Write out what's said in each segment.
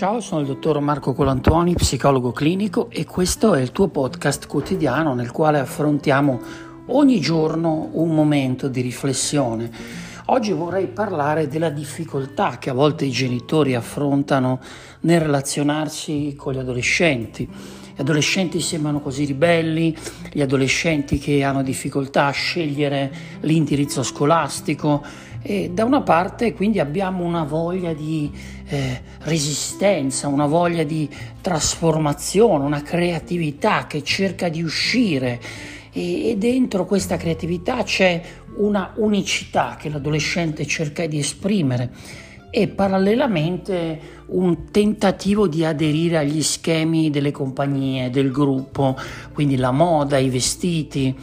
Ciao, sono il dottor Marco Colantoni, psicologo clinico, e questo è il tuo podcast quotidiano nel quale affrontiamo ogni giorno un momento di riflessione. Oggi vorrei parlare della difficoltà che a volte i genitori affrontano nel relazionarsi con gli adolescenti. Gli adolescenti sembrano così ribelli, gli adolescenti che hanno difficoltà a scegliere l'indirizzo scolastico, e da una parte quindi abbiamo una voglia di resistenza, una voglia di trasformazione, una creatività che cerca di uscire, e dentro questa creatività c'è una unicità che l'adolescente cerca di esprimere, e parallelamente un tentativo di aderire agli schemi delle compagnie, del gruppo, quindi la moda, i vestiti,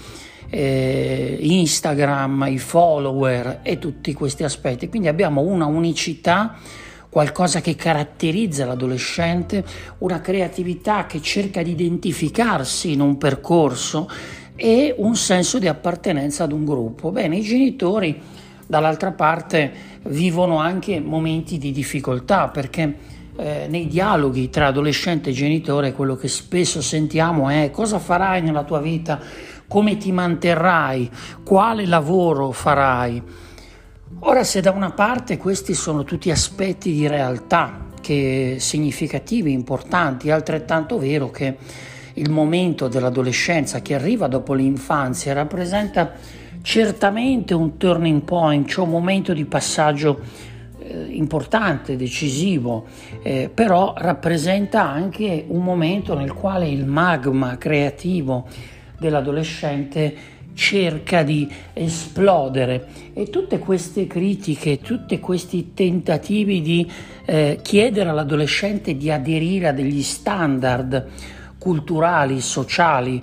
Instagram, i follower e tutti questi aspetti. Quindi abbiamo una unicità, qualcosa che caratterizza l'adolescente, una creatività che cerca di identificarsi in un percorso e un senso di appartenenza ad un gruppo. Bene, i genitori dall'altra parte vivono anche momenti di difficoltà, perché nei dialoghi tra adolescente e genitore quello che spesso sentiamo è: cosa farai nella tua vita, come ti manterrai, quale lavoro farai. Ora, se da una parte questi sono tutti aspetti di realtà che significativi, importanti, è altrettanto vero che il momento dell'adolescenza che arriva dopo l'infanzia rappresenta certamente un turning point, cioè un momento di passaggio importante, decisivo, però rappresenta anche un momento nel quale il magma creativo dell'adolescente cerca di esplodere, e tutte queste critiche, tutti questi tentativi di chiedere all'adolescente di aderire a degli standard culturali, sociali,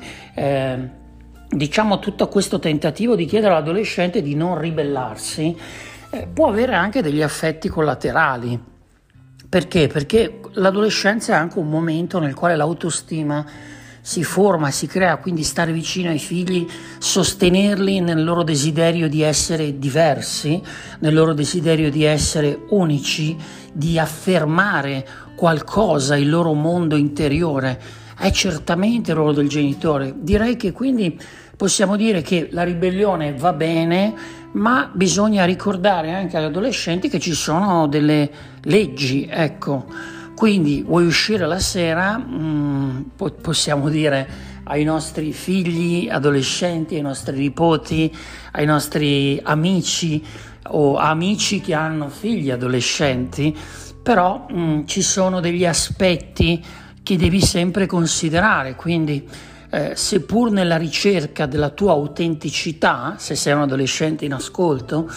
diciamo tutto questo tentativo di chiedere all'adolescente di non ribellarsi, può avere anche degli effetti collaterali. Perché? Perché l'adolescenza è anche un momento nel quale l'autostima si forma, si crea, quindi stare vicino ai figli, sostenerli nel loro desiderio di essere diversi, nel loro desiderio di essere unici, di affermare qualcosa, il loro mondo interiore, è certamente il ruolo del genitore. Direi che quindi possiamo dire che la ribellione va bene, ma bisogna ricordare anche agli adolescenti che ci sono delle leggi, ecco. Quindi vuoi uscire la sera, possiamo dire ai nostri figli adolescenti, ai nostri nipoti, ai nostri amici o amici che hanno figli adolescenti, però ci sono degli aspetti che devi sempre considerare. Quindi seppur nella ricerca della tua autenticità, se sei un adolescente in ascolto,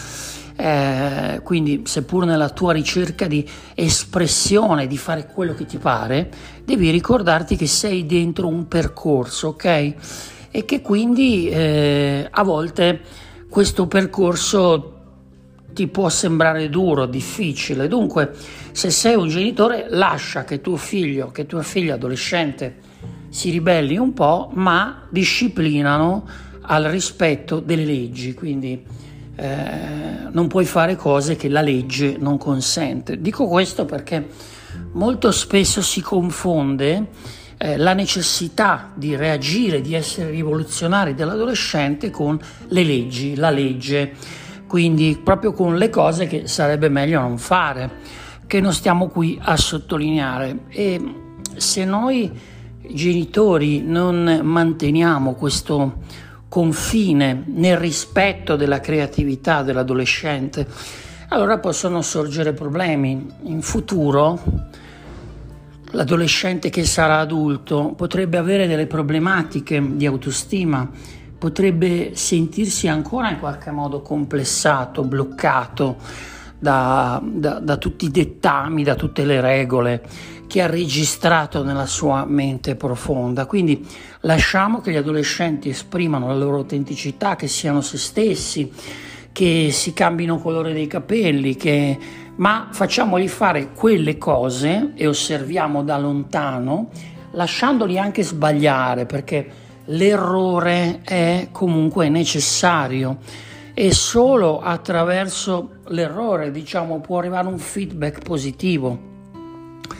quindi seppur nella tua ricerca di espressione, di fare quello che ti pare, devi ricordarti che sei dentro un percorso, ok? E che quindi a volte questo percorso ti può sembrare duro, difficile. Dunque, se sei un genitore, lascia che tuo figlio, che tua figlia adolescente si ribelli un po', ma disciplinano al rispetto delle leggi. Quindi non puoi fare cose che la legge non consente. Dico questo perché molto spesso si confonde la necessità di reagire, di essere rivoluzionari dell'adolescente con le leggi, la legge, quindi proprio con le cose che sarebbe meglio non fare, che non stiamo qui a sottolineare. E se noi genitori non manteniamo questo confine nel rispetto della creatività dell'adolescente, allora possono sorgere problemi. In futuro l'adolescente che sarà adulto potrebbe avere delle problematiche di autostima, potrebbe sentirsi ancora in qualche modo complessato, bloccato da tutti i dettami, da tutte le regole che ha registrato nella sua mente profonda. Quindi lasciamo che gli adolescenti esprimano la loro autenticità, che siano se stessi, che si cambino colore dei capelli, ma facciamoli fare quelle cose e osserviamo da lontano, lasciandoli anche sbagliare, perché l'errore è comunque necessario e solo attraverso l'errore, può arrivare un feedback positivo.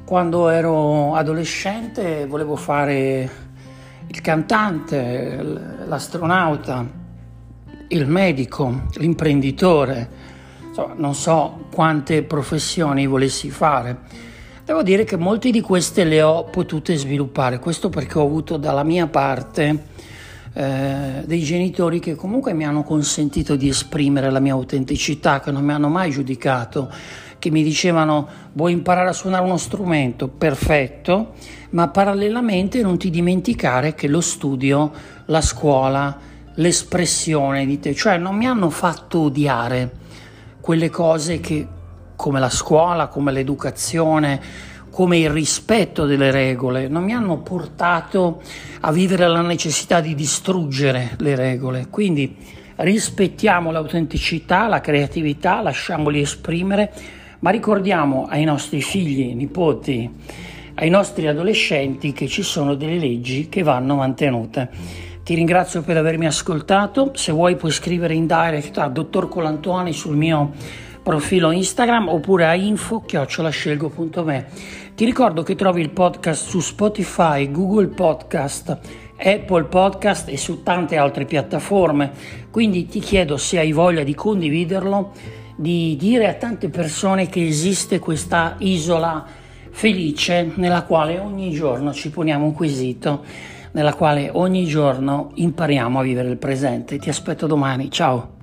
Quando ero adolescente volevo fare il cantante, l'astronauta, il medico, l'imprenditore, insomma, non so quante professioni volessi fare. Devo dire che molte di queste le ho potute sviluppare, questo perché ho avuto dalla mia parte dei genitori che comunque mi hanno consentito di esprimere la mia autenticità, che non mi hanno mai giudicato, che mi dicevano: vuoi imparare a suonare uno strumento? Perfetto, ma parallelamente non ti dimenticare che lo studio, la scuola, l'espressione di te, cioè non mi hanno fatto odiare quelle cose che, come la scuola, come l'educazione, come il rispetto delle regole, non mi hanno portato a vivere la necessità di distruggere le regole. Quindi rispettiamo l'autenticità, la creatività, lasciamoli esprimere, ma ricordiamo ai nostri figli, nipoti, ai nostri adolescenti che ci sono delle leggi che vanno mantenute. Ti ringrazio per avermi ascoltato. Se vuoi puoi scrivere in direct a Dottor Colantuoni sul mio profilo Instagram oppure a info@scelgo.me. Ti ricordo che trovi il podcast su Spotify, Google Podcast, Apple Podcast e su tante altre piattaforme, quindi ti chiedo, se hai voglia di condividerlo, di dire a tante persone che esiste questa isola felice nella quale ogni giorno ci poniamo un quesito, nella quale ogni giorno impariamo a vivere il presente. Ti aspetto domani, ciao!